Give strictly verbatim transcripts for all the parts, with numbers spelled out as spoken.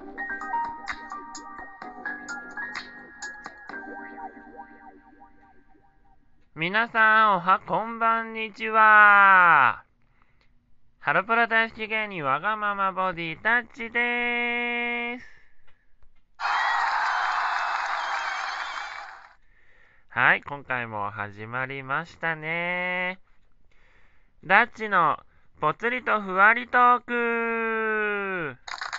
皆さん、おはこんばんにちは。ハロプロ大好き芸人わがままボディタッチでーす。はい、今回も始まりましたね。ダッチのぽつりとふわりトーク。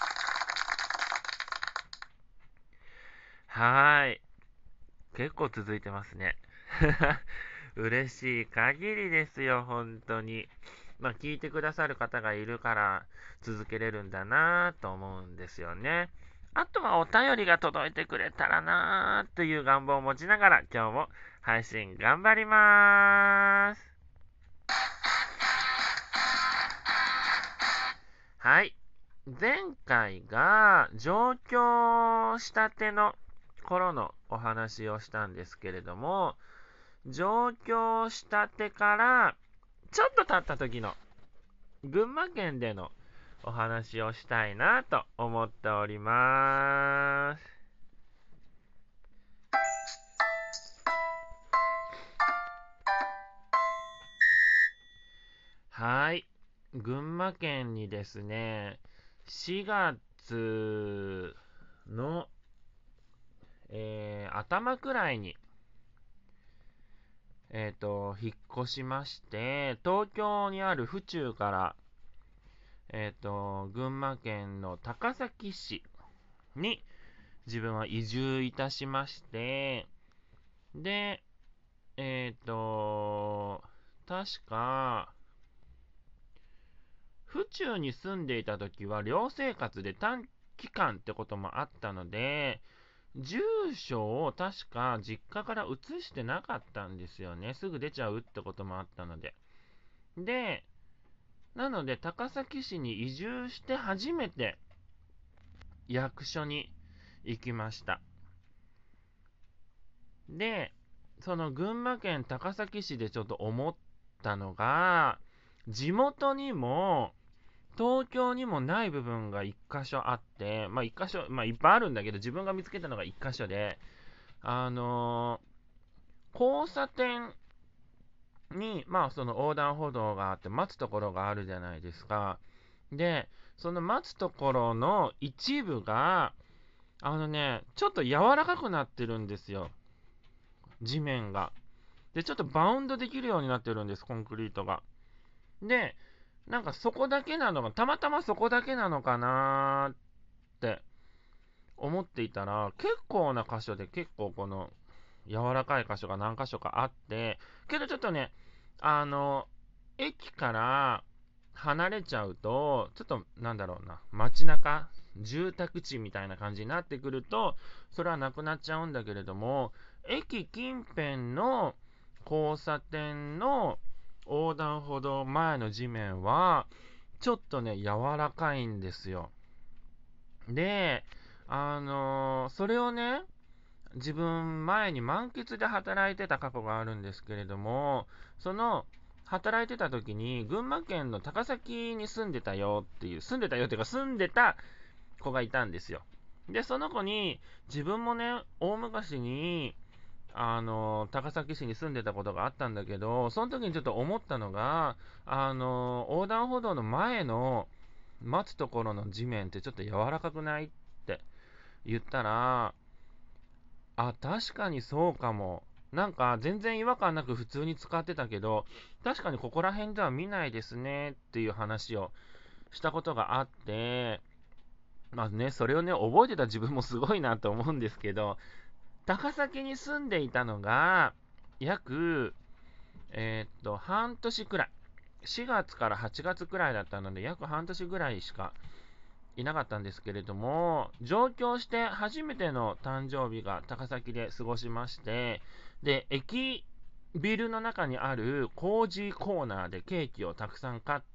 はーい、結構続いてますね。嬉しい限りですよ、本当に。まあ、聞いてくださる方がいるから続けれるんだなと思うんですよね。あとはお便りが届いてくれたらなという願望を持ちながら今日も配信頑張りまーす。はい。前回が上京したての頃のお話をしたんですけれども、上京したてからちょっと経った時の群馬県でのお話をしたいなと思っております。はい。群馬県にですね、しがつの、えー頭くらいに、えっと、引っ越しまして、東京にある府中から、えっと、群馬県の高崎市に自分は移住いたしまして、で、えっと、確か、府中に住んでいた時は寮生活で短期間ってこともあったので、住所を確か実家から移してなかったんですよね。すぐ出ちゃうってこともあったので。で、なので高崎市に移住して初めて役所に行きました。で、その群馬県高崎市でちょっと思ったのが、地元にも東京にもない部分が一箇所あって、まあ一箇所、まあいっぱいあるんだけど、自分が見つけたのが一箇所で、あのー交差点に、まあその横断歩道があって待つところがあるじゃないですか。で、その待つところの一部が、あのね、ちょっと柔らかくなってるんですよ。地面が。で、ちょっとバウンドできるようになってるんです、コンクリートが。で、なんかそこだけなのが、たまたまそこだけなのかなーって思っていたら、結構な箇所で結構この柔らかい箇所が何箇所かあって、けどちょっとね、あの、駅から離れちゃうと、ちょっとなんだろうな、街中、住宅地みたいな感じになってくると、それはなくなっちゃうんだけれども、駅近辺の交差点の横断歩道前の地面は、ちょっとね、柔らかいんですよ。で、あのーそれをね、自分前に満喫で働いてた過去があるんですけれども、その働いてた時に群馬県の高崎に住んでたよっていう、住んでたよっていうか住んでた子がいたんですよ。で、その子に自分もね、大昔にあの高崎市に住んでたことがあったんだけど、その時にちょっと思ったのが、あの横断歩道の前の待つところの地面ってちょっと柔らかくないって言ったら、あ、確かにそうかも。なんか全然違和感なく普通に使ってたけど、確かにここら辺では見ないですねっていう話をしたことがあって、まあね、それをね、覚えてた自分もすごいなと思うんですけど、高崎に住んでいたのが、約、えーっと、半年くらい。しがつからはちがつくらいだったので、約半年ぐらいしかいなかったんですけれども、上京して初めての誕生日が高崎で過ごしまして、で、駅ビルの中にあるコージーコーナーでケーキをたくさん買って、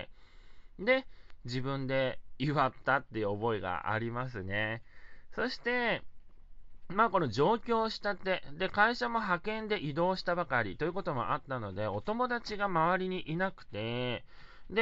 で、自分で祝ったっていう覚えがありますね。そして、まあこの上京したて、で、会社も派遣で移動したばかりということもあったので、お友達が周りにいなくて、で、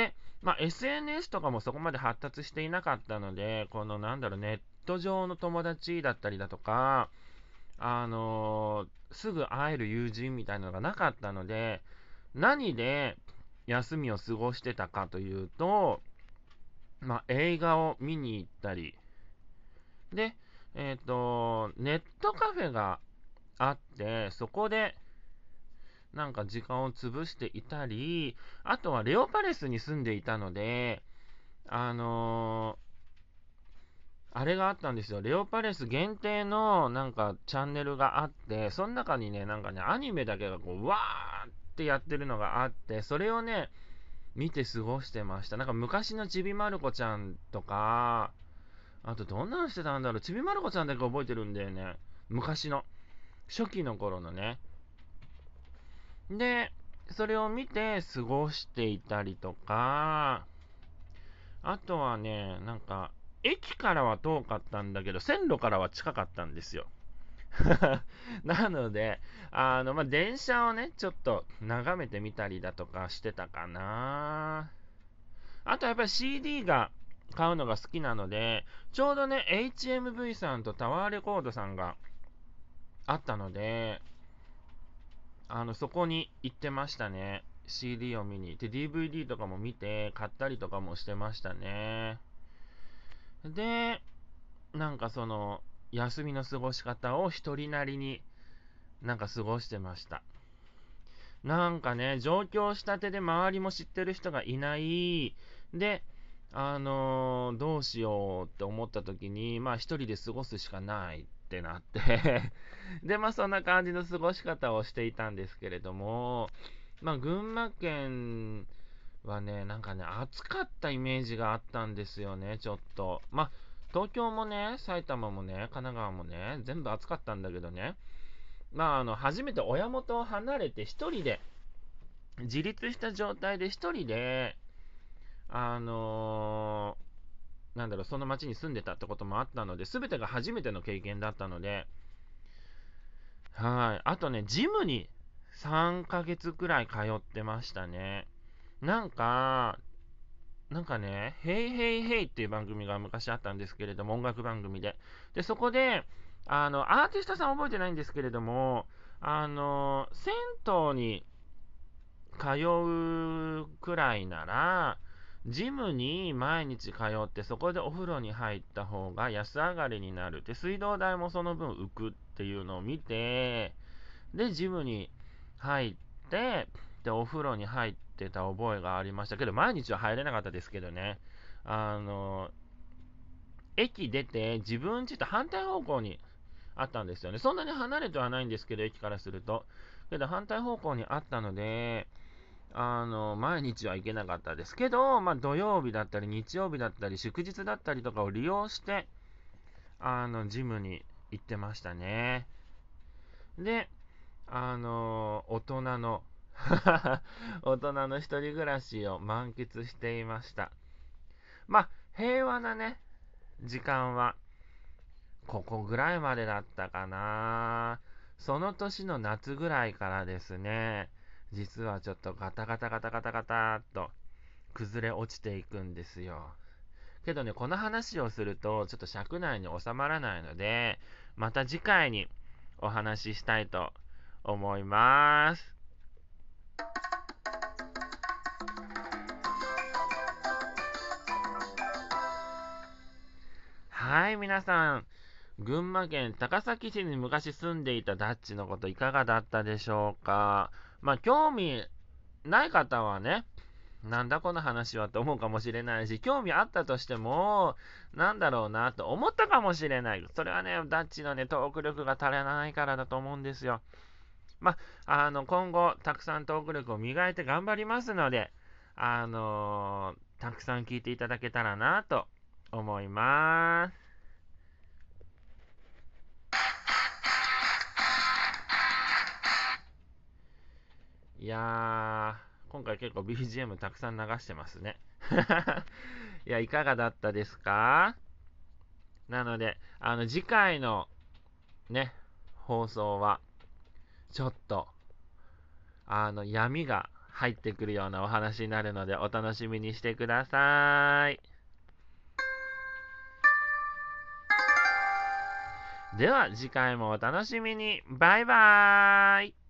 まあ、エスエヌエス とかもそこまで発達していなかったので、このなんだろう、ネット上の友達だったりだとか、あのーすぐ会える友人みたいなのがなかったので、何で休みを過ごしてたかというと、まあ、映画を見に行ったり、で、えっ、と、ネットカフェがあって、そこでなんか時間を潰していたり、あとはレオパレスに住んでいたので、あのーあれがあったんですよ。レオパレス限定のなんかチャンネルがあって、その中にね、なんかね、アニメだけがこう、わーってやってるのがあって、それをね、見て過ごしてました。なんか昔のちびまる子ちゃんとか、あとどんなのしてたんだろう。ちびまる子ちゃんだけ覚えてるんだよね。昔の、初期の頃のね。で、それを見て過ごしていたりとか、あとはね、なんか、駅からは遠かったんだけど、線路からは近かったんですよ。なので、あの、まあ、電車をね、ちょっと眺めてみたりだとかしてたかな。あとやっぱり シーディー が買うのが好きなので、ちょうどね、エイチエムブイ さんとタワーレコードさんがあったので、あの、そこに行ってましたね。シーディー を見に。で、ディーブイディー とかも見て、買ったりとかもしてましたね。で、なんかその、休みの過ごし方を一人なりになんか過ごしてました。なんかね、上京したてで周りも知ってる人がいない。で、あのーどうしようって思った時に、まあ一人で過ごすしかないってなってで、まあそんな感じの過ごし方をしていたんですけれども、まあ群馬県はね、なんかね、暑かったイメージがあったんですよね、ちょっと。まあ、東京もね、埼玉もね、神奈川もね、全部暑かったんだけどね、まあ、あの、初めて親元を離れて一人で、自立した状態で一人で、あのーなんだろう、その町に住んでたってこともあったので、すべてが初めての経験だったので、はい。あとね、ジムにさんかげつくらい通ってましたね。なんか、なんかね、ヘイヘイヘイっていう番組が昔あったんですけれども、音楽番組で。で、そこで、あの、アーティストさん覚えてないんですけれども、あの、銭湯に通うくらいなら、ジムに毎日通って、そこでお風呂に入った方が安上がりになる。で、水道代もその分浮くっていうのを見て、で、ジムに入って、で、お風呂に入ってた覚えがありましたけど、毎日は入れなかったですけどね。あの、駅出て自分家と反対方向にあったんですよね。そんなに離れてはないんですけど、駅からすると。けど反対方向にあったので、あの、毎日は行けなかったですけど、まあ、土曜日だったり、日曜日だったり、祝日だったりとかを利用して、あの、ジムに行ってましたね。で、あの、大人の大人の一人暮らしを満喫していました。まあ、平和なね、時間は、ここぐらいまでだったかな。その年の夏ぐらいからですね、実はちょっとガタガタガタガタガタっと崩れ落ちていくんですよ。けどね、この話をすると、ちょっと尺内に収まらないので、また次回にお話ししたいと思います。はい、皆さん、群馬県高崎市に昔住んでいたダッチのこといかがだったでしょうか。まあ、興味ない方はね、なんだこの話はって思うかもしれないし、興味あったとしても、なんだろうなと思ったかもしれない。それはね、ダッチのね、トーク力が足らないからだと思うんですよ。まあ、あの、今後、たくさんトーク力を磨いて頑張りますので、あのーたくさん聞いていただけたらなと思います。いやー、今回結構 ビージーエム たくさん流してますね。いや、いかがだったですか？なので、あの、次回のね、放送は、ちょっと、あの、闇が入ってくるようなお話になるのでお楽しみにしてください。では次回もお楽しみに。バイバーイ。